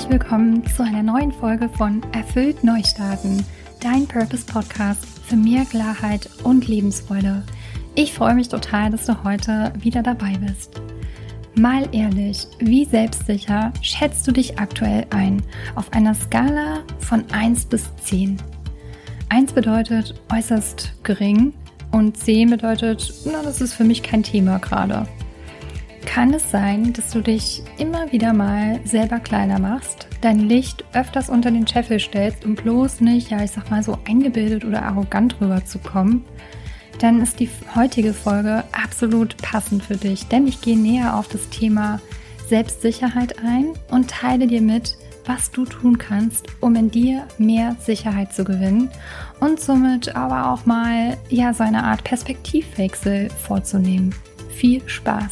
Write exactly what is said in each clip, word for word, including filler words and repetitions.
herzlich willkommen zu einer neuen Folge von Erfüllt Neustarten, dein Purpose-Podcast für mehr Klarheit und Lebensfreude. Ich freue mich total, dass du heute wieder dabei bist. Mal ehrlich, wie selbstsicher schätzt du dich aktuell ein auf einer Skala von eins bis zehn? eins bedeutet äußerst gering und zehn bedeutet, na, das ist für mich kein Thema gerade. Kann es sein, dass du dich immer wieder mal selber kleiner machst, dein Licht öfters unter den Scheffel stellst, um bloß nicht, ja ich sag mal so eingebildet oder arrogant rüberzukommen? Dann ist die heutige Folge absolut passend für dich, denn ich gehe näher auf das Thema Selbstsicherheit ein und teile dir mit, was du tun kannst, um in dir mehr Sicherheit zu gewinnen und somit aber auch mal ja so eine Art Perspektivwechsel vorzunehmen. Viel Spaß!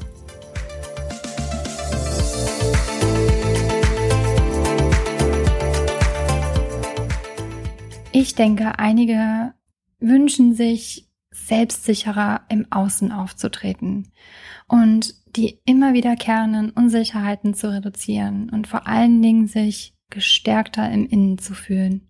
Ich denke, einige wünschen sich, selbstsicherer im Außen aufzutreten und die immer wiederkehrenden Unsicherheiten zu reduzieren und vor allen Dingen sich gestärkter im Innen zu fühlen.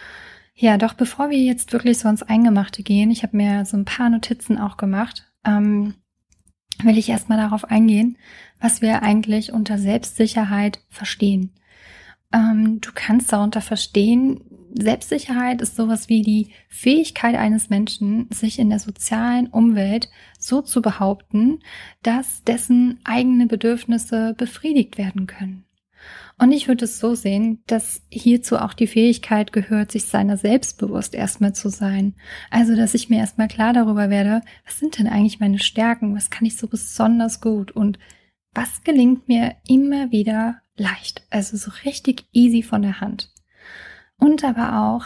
Ja, doch bevor wir jetzt wirklich so ins Eingemachte gehen, ich habe mir so ein paar Notizen auch gemacht, ähm, will ich erstmal darauf eingehen, was wir eigentlich unter Selbstsicherheit verstehen. Ähm, du kannst darunter verstehen, Selbstsicherheit ist sowas wie die Fähigkeit eines Menschen, sich in der sozialen Umwelt so zu behaupten, dass dessen eigene Bedürfnisse befriedigt werden können. Und ich würde es so sehen, dass hierzu auch die Fähigkeit gehört, sich seiner selbst bewusst erstmal zu sein. Also, dass ich mir erstmal klar darüber werde, was sind denn eigentlich meine Stärken, was kann ich so besonders gut und was gelingt mir immer wieder leicht, also so richtig easy von der Hand. Und aber auch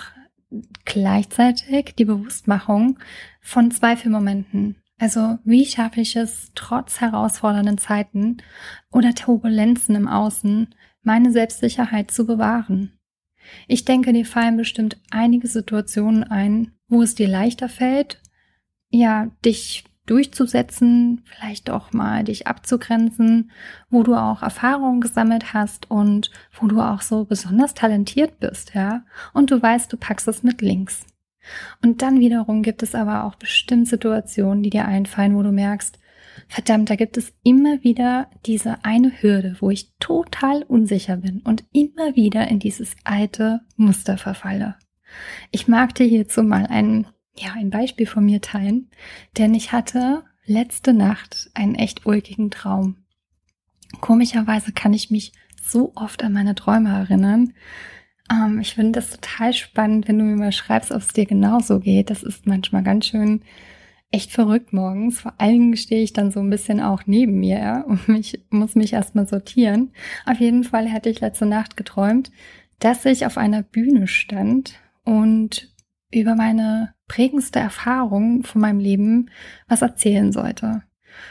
gleichzeitig die Bewusstmachung von Zweifelmomenten. Also wie schaffe ich es, trotz herausfordernden Zeiten oder Turbulenzen im Außen, meine Selbstsicherheit zu bewahren? Ich denke, dir fallen bestimmt einige Situationen ein, wo es dir leichter fällt, ja, dich durchzusetzen, vielleicht auch mal dich abzugrenzen, wo du auch Erfahrungen gesammelt hast und wo du auch so besonders talentiert bist, ja, und du weißt, du packst es mit links. Und dann wiederum gibt es aber auch bestimmt Situationen, die dir einfallen, wo du merkst, verdammt, da gibt es immer wieder diese eine Hürde, wo ich total unsicher bin und immer wieder in dieses alte Muster verfalle. Ich mag dir hierzu mal einen Ja, ein Beispiel von mir teilen, denn ich hatte letzte Nacht einen echt ulkigen Traum. Komischerweise kann ich mich so oft an meine Träume erinnern. Ähm, ich finde das total spannend, wenn du mir mal schreibst, ob es dir genauso geht. Das ist manchmal ganz schön echt verrückt morgens. Vor allem stehe ich dann so ein bisschen auch neben mir, ja, und ich muss mich erstmal sortieren. Auf jeden Fall hatte ich letzte Nacht geträumt, dass ich auf einer Bühne stand und über meine prägendste Erfahrung von meinem Leben was erzählen sollte.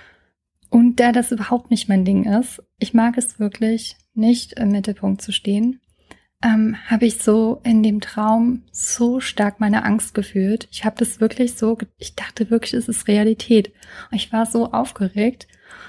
Und da das überhaupt nicht mein Ding ist, ich mag es wirklich nicht im Mittelpunkt zu stehen, ähm, habe ich so in dem Traum so stark meine Angst gefühlt. Ich habe das wirklich so, ich dachte wirklich, es ist Realität. Und ich war so aufgeregt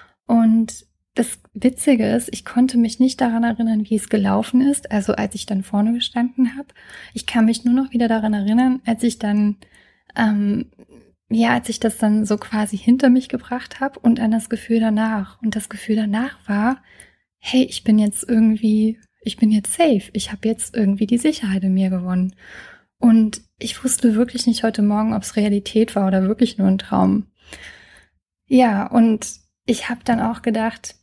und das Witzige ist, ich konnte mich nicht daran erinnern, wie es gelaufen ist, also als ich dann vorne gestanden habe. Ich kann mich nur noch wieder daran erinnern, als ich dann, ähm, ja, als ich das dann so quasi hinter mich gebracht habe und an das Gefühl danach. Und das Gefühl danach war, hey, ich bin jetzt irgendwie, ich bin jetzt safe. Ich habe jetzt irgendwie die Sicherheit in mir gewonnen. Und ich wusste wirklich nicht heute Morgen, ob es Realität war oder wirklich nur ein Traum. Ja, und ich habe dann auch gedacht,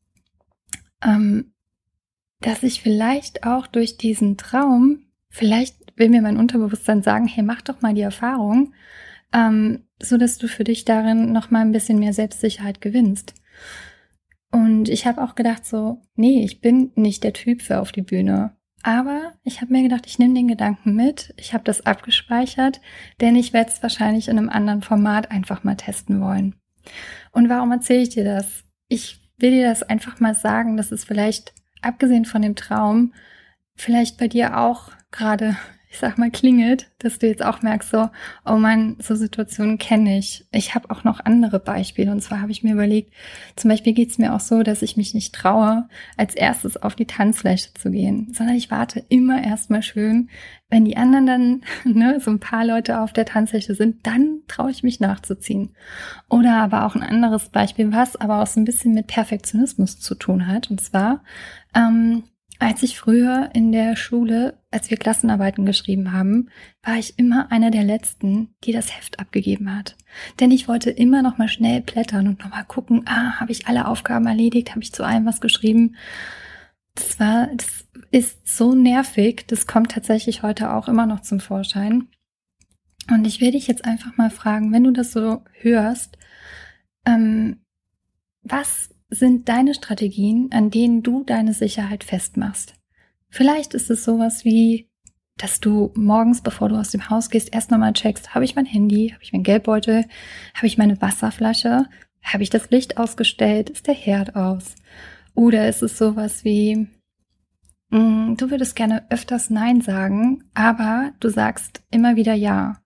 ähm, dass ich vielleicht auch durch diesen Traum, vielleicht will mir mein Unterbewusstsein sagen, hey, mach doch mal die Erfahrung, ähm, so dass du für dich darin noch mal ein bisschen mehr Selbstsicherheit gewinnst. Und ich habe auch gedacht so, nee, ich bin nicht der Typ für auf die Bühne. Aber ich habe mir gedacht, ich nehme den Gedanken mit, ich habe das abgespeichert, denn ich werde es wahrscheinlich in einem anderen Format einfach mal testen wollen. Und warum erzähle ich dir das? Ich will dir das einfach mal sagen, dass es vielleicht, abgesehen von dem Traum, vielleicht bei dir auch gerade, ich sag mal, klingelt, dass du jetzt auch merkst, so, oh Mann, so Situationen kenne ich. Ich habe auch noch andere Beispiele. Und zwar habe ich mir überlegt, zum Beispiel geht es mir auch so, dass ich mich nicht traue, als erstes auf die Tanzfläche zu gehen, sondern ich warte immer erstmal schön, wenn die anderen dann, ne, so ein paar Leute auf der Tanzfläche sind, dann traue ich mich nachzuziehen. Oder aber auch ein anderes Beispiel, was aber auch so ein bisschen mit Perfektionismus zu tun hat. Und zwar, ähm, als ich früher in der Schule, als wir Klassenarbeiten geschrieben haben, war ich immer einer der Letzten, die das Heft abgegeben hat. Denn ich wollte immer noch mal schnell blättern und noch mal gucken, ah, habe ich alle Aufgaben erledigt, habe ich zu allem was geschrieben. Das war, das ist so nervig, das kommt tatsächlich heute auch immer noch zum Vorschein. Und ich will dich jetzt einfach mal fragen, wenn du das so hörst, ähm, was sind deine Strategien, an denen du deine Sicherheit festmachst? Vielleicht ist es sowas wie, dass du morgens, bevor du aus dem Haus gehst, erst nochmal checkst, habe ich mein Handy, habe ich meinen Geldbeutel, habe ich meine Wasserflasche, habe ich das Licht ausgestellt, ist der Herd aus? Oder ist es sowas wie, mh, du würdest gerne öfters Nein sagen, aber du sagst immer wieder Ja.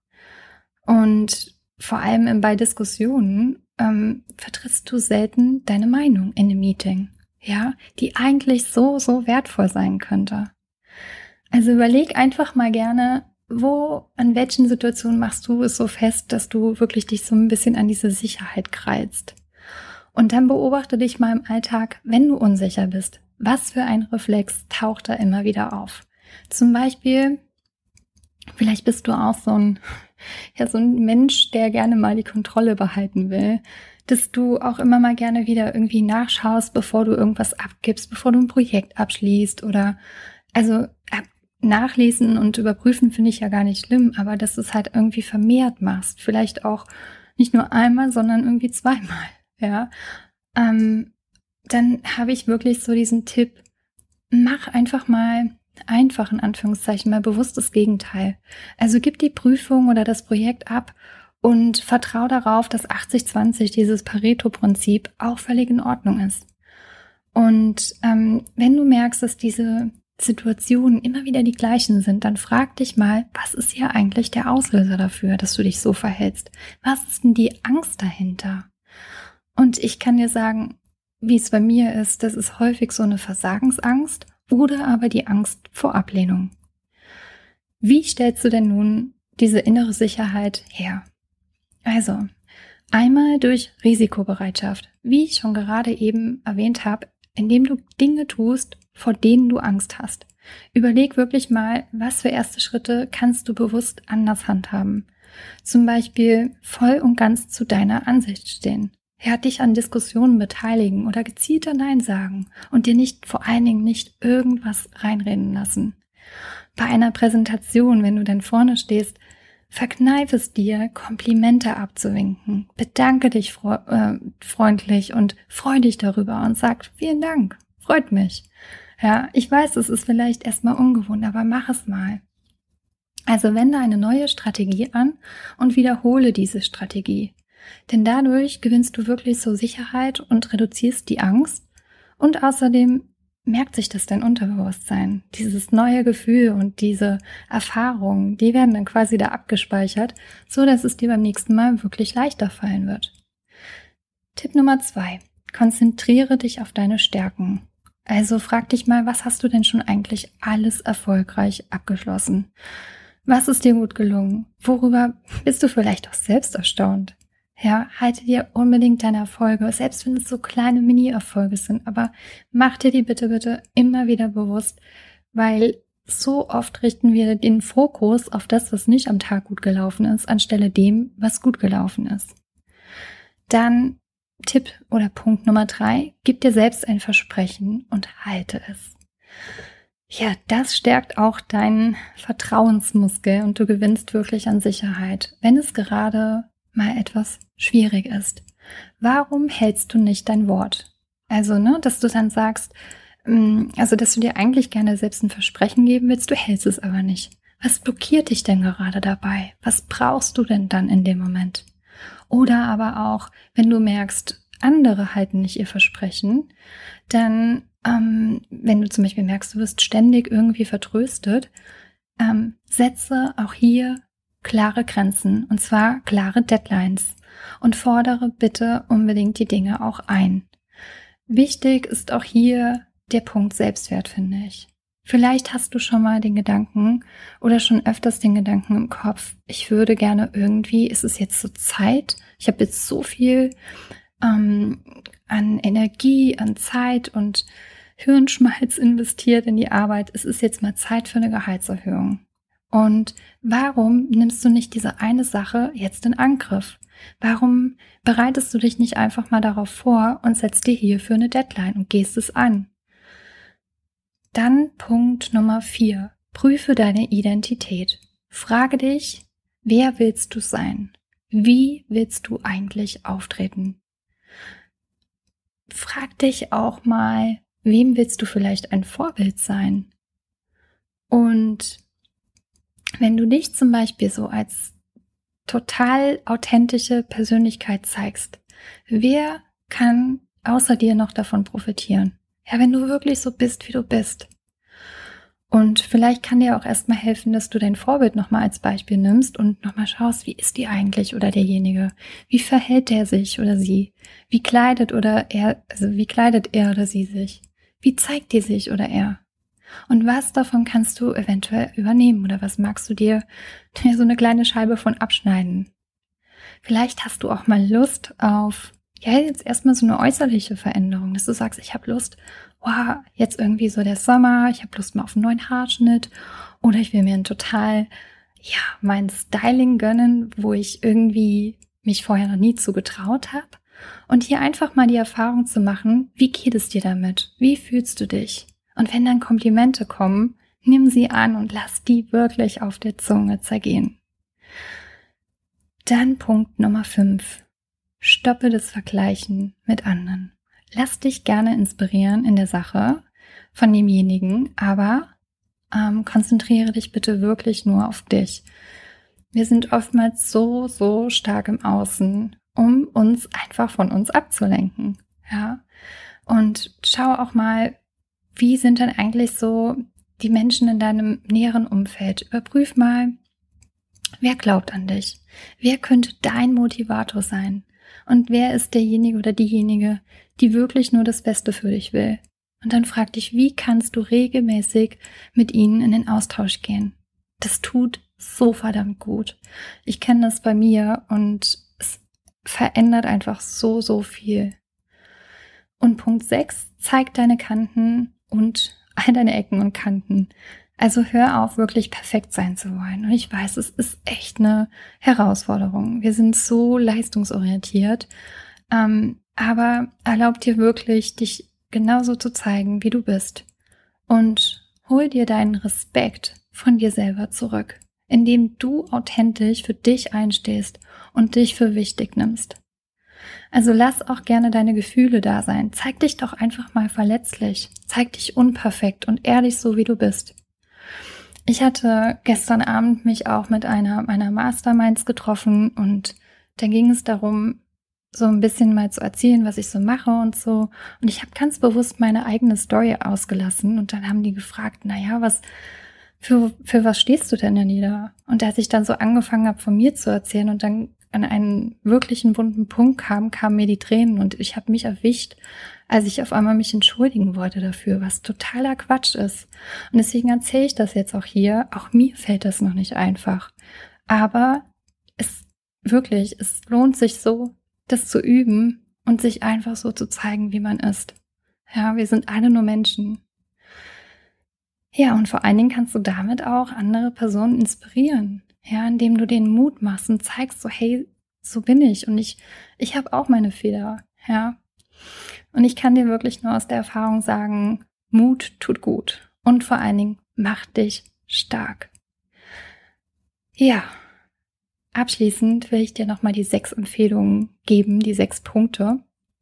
Und vor allem bei Diskussionen ähm, vertrittst du selten deine Meinung in einem Meeting, ja, die eigentlich so, so wertvoll sein könnte. Also überleg einfach mal gerne, wo, an welchen Situationen machst du es so fest, dass du wirklich dich so ein bisschen an diese Sicherheit kreizt. Und dann beobachte dich mal im Alltag, wenn du unsicher bist. Was für ein Reflex taucht da immer wieder auf? Zum Beispiel, vielleicht bist du auch so ein ja, so ein Mensch, der gerne mal die Kontrolle behalten will, dass du auch immer mal gerne wieder irgendwie nachschaust, bevor du irgendwas abgibst, bevor du ein Projekt abschließt oder, also nachlesen und überprüfen finde ich ja gar nicht schlimm, aber dass du es halt irgendwie vermehrt machst, vielleicht auch nicht nur einmal, sondern irgendwie zweimal, ja, ähm, dann habe ich wirklich so diesen Tipp, mach einfach mal einfach in Anführungszeichen mal bewusst das Gegenteil. Also gib die Prüfung oder das Projekt ab und vertrau darauf, dass achtzig zwanzig, dieses Pareto-Prinzip, auch völlig in Ordnung ist. Und ähm, wenn du merkst, dass diese Situationen immer wieder die gleichen sind, dann frag dich mal, was ist hier eigentlich der Auslöser dafür, dass du dich so verhältst? Was ist denn die Angst dahinter? Und ich kann dir sagen, wie es bei mir ist, das ist häufig so eine Versagensangst oder aber die Angst vor Ablehnung. Wie stellst du denn nun diese innere Sicherheit her? Also, einmal durch Risikobereitschaft, wie ich schon gerade eben erwähnt habe, indem du Dinge tust, vor denen du Angst hast. Überleg wirklich mal, was für erste Schritte kannst du bewusst anders handhaben. Zum Beispiel voll und ganz zu deiner Ansicht stehen. Ja, dich an Diskussionen beteiligen oder gezielter Nein sagen und dir nicht, vor allen Dingen nicht irgendwas reinreden lassen. Bei einer Präsentation, wenn du dann vorne stehst, verkneif es dir, Komplimente abzuwinken. Bedanke dich fre- äh, freundlich und freu dich darüber und sag vielen Dank, freut mich. Ja, ich weiß, es ist vielleicht erstmal ungewohnt, aber mach es mal. Also wende eine neue Strategie an und wiederhole diese Strategie. Denn dadurch gewinnst du wirklich so Sicherheit und reduzierst die Angst. Und außerdem merkt sich das dein Unterbewusstsein. Dieses neue Gefühl und diese Erfahrungen, die werden dann quasi da abgespeichert, so dass es dir beim nächsten Mal wirklich leichter fallen wird. Tipp Nummer zwei. Konzentriere dich auf deine Stärken. Also frag dich mal, was hast du denn schon eigentlich alles erfolgreich abgeschlossen? Was ist dir gut gelungen? Worüber bist du vielleicht auch selbst erstaunt? Ja, halte dir unbedingt deine Erfolge, selbst wenn es so kleine Mini-Erfolge sind, aber mach dir die bitte, bitte immer wieder bewusst, weil so oft richten wir den Fokus auf das, was nicht am Tag gut gelaufen ist, anstelle dem, was gut gelaufen ist. Dann Tipp oder Punkt Nummer drei, gib dir selbst ein Versprechen und halte es. Ja, das stärkt auch deinen Vertrauensmuskel und du gewinnst wirklich an Sicherheit, wenn es gerade mal etwas schwierig ist. Warum hältst du nicht dein Wort? Also, ne, dass du dann sagst, also, dass du dir eigentlich gerne selbst ein Versprechen geben willst, du hältst es aber nicht. Was blockiert dich denn gerade dabei? Was brauchst du denn dann in dem Moment? Oder aber auch, wenn du merkst, andere halten nicht ihr Versprechen, dann, ähm, wenn du zum Beispiel merkst, du wirst ständig irgendwie vertröstet, ähm, setze auch hier klare Grenzen, und zwar klare Deadlines, und fordere bitte unbedingt die Dinge auch ein. Wichtig ist auch hier der Punkt Selbstwert, finde ich. Vielleicht hast du schon mal den Gedanken oder schon öfters den Gedanken im Kopf, ich würde gerne irgendwie, ist es jetzt so Zeit, ich habe jetzt so viel ähm, an Energie, an Zeit und Hirnschmalz investiert in die Arbeit, es ist jetzt mal Zeit für eine Gehaltserhöhung. Und warum nimmst du nicht diese eine Sache jetzt in Angriff? Warum bereitest du dich nicht einfach mal darauf vor und setzt dir hierfür eine Deadline und gehst es an? Dann Punkt Nummer vier. Prüfe deine Identität. Frage dich, wer willst du sein? Wie willst du eigentlich auftreten? Frag dich auch mal, wem willst du vielleicht ein Vorbild sein? Und wenn du dich zum Beispiel so als total authentische Persönlichkeit zeigst, wer kann außer dir noch davon profitieren? Ja, wenn du wirklich so bist, wie du bist. Und vielleicht kann dir auch erstmal helfen, dass du dein Vorbild nochmal als Beispiel nimmst und nochmal schaust, wie ist die eigentlich oder derjenige? Wie verhält der sich oder sie? Wie kleidet oder er, also wie kleidet er oder sie sich? Wie zeigt die sich oder er? Und was davon kannst du eventuell übernehmen oder was magst du dir so eine kleine Scheibe von abschneiden? Vielleicht hast du auch mal Lust auf, ja, jetzt erstmal so eine äußerliche Veränderung, dass du sagst, ich habe Lust, wow, jetzt irgendwie so der Sommer, ich habe Lust mal auf einen neuen Haarschnitt oder ich will mir ein total, ja, mein Styling gönnen, wo ich irgendwie mich vorher noch nie zugetraut habe. Und hier einfach mal die Erfahrung zu machen, wie geht es dir damit? Wie fühlst du dich? Und wenn dann Komplimente kommen, nimm sie an und lass die wirklich auf der Zunge zergehen. Dann Punkt Nummer fünf. Stoppe das Vergleichen mit anderen. Lass dich gerne inspirieren in der Sache von demjenigen, aber ähm, konzentriere dich bitte wirklich nur auf dich. Wir sind oftmals so, so stark im Außen, um uns einfach von uns abzulenken. Ja? Und schau auch mal, wie sind denn eigentlich so die Menschen in deinem näheren Umfeld? Überprüf mal, wer glaubt an dich? Wer könnte dein Motivator sein? Und wer ist derjenige oder diejenige, die wirklich nur das Beste für dich will? Und dann frag dich, wie kannst du regelmäßig mit ihnen in den Austausch gehen? Das tut so verdammt gut. Ich kenne das bei mir und es verändert einfach so, so viel. Und Punkt sechs, zeig deine Kanten und all deine Ecken und Kanten. Also hör auf, wirklich perfekt sein zu wollen. Und ich weiß, es ist echt eine Herausforderung. Wir sind so leistungsorientiert. Ähm, aber erlaub dir wirklich, dich genauso zu zeigen, wie du bist. Und hol dir deinen Respekt von dir selber zurück, indem du authentisch für dich einstehst und dich für wichtig nimmst. Also lass auch gerne deine Gefühle da sein. Zeig dich doch einfach mal verletzlich. Zeig dich unperfekt und ehrlich so, wie du bist. Ich hatte gestern Abend mich auch mit einer meiner Masterminds getroffen und da ging es darum, so ein bisschen mal zu erzählen, was ich so mache und so. Und ich habe ganz bewusst meine eigene Story ausgelassen und dann haben die gefragt, naja, was, für, für was stehst du denn, Janina? Und als ich dann so angefangen habe, von mir zu erzählen und dann an einen wirklichen wunden Punkt kam, kamen mir die Tränen und ich habe mich erwischt, als ich auf einmal mich entschuldigen wollte dafür, was totaler Quatsch ist. Und deswegen erzähle ich das jetzt auch hier. Auch mir fällt das noch nicht einfach. Aber es wirklich, es lohnt sich so, das zu üben und sich einfach so zu zeigen, wie man ist. Ja, wir sind alle nur Menschen. Ja, und vor allen Dingen kannst du damit auch andere Personen inspirieren. Ja, indem du den Mut machst und zeigst so, hey, so bin ich und ich, ich habe auch meine Fehler, ja. Und ich kann dir wirklich nur aus der Erfahrung sagen, Mut tut gut und vor allen Dingen macht dich stark. Ja, abschließend will ich dir nochmal die sechs Empfehlungen geben, die sechs Punkte.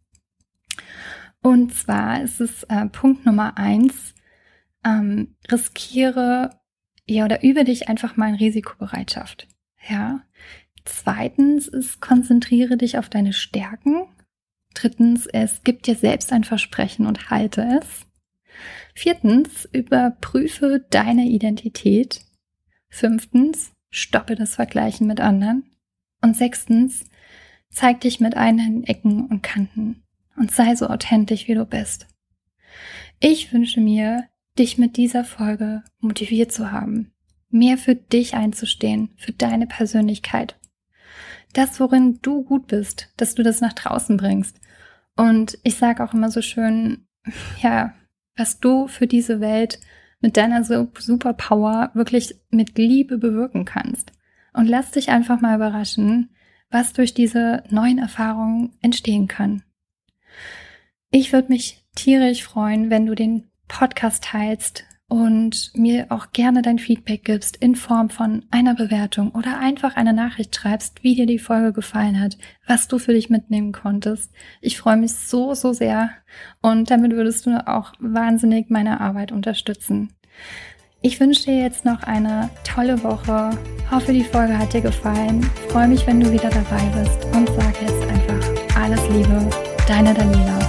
Und zwar ist es äh, Punkt Nummer eins, ähm, riskiere Ja, oder übe dich einfach mal in Risikobereitschaft. Ja. Zweitens ist, konzentriere dich auf deine Stärken. Drittens, es gibt dir selbst ein Versprechen und halte es. Viertens, überprüfe deine Identität. Fünftens, stoppe das Vergleichen mit anderen. Und sechstens, zeig dich mit allen Ecken und Kanten und sei so authentisch, wie du bist. Ich wünsche mir, dich mit dieser Folge motiviert zu haben, mehr für dich einzustehen, für deine Persönlichkeit. Das, worin du gut bist, dass du das nach draußen bringst. Und ich sage auch immer so schön, ja, was du für diese Welt mit deiner Superpower wirklich mit Liebe bewirken kannst. Und lass dich einfach mal überraschen, was durch diese neuen Erfahrungen entstehen kann. Ich würde mich tierisch freuen, wenn du den Podcast teilst und mir auch gerne dein Feedback gibst in Form von einer Bewertung oder einfach eine Nachricht schreibst, wie dir die Folge gefallen hat, was du für dich mitnehmen konntest. Ich freue mich so, so sehr und damit würdest du auch wahnsinnig meine Arbeit unterstützen. Ich wünsche dir jetzt noch eine tolle Woche. Hoffe, die Folge hat dir gefallen. Freue mich, wenn du wieder dabei bist und sage jetzt einfach alles Liebe, deine Daniela.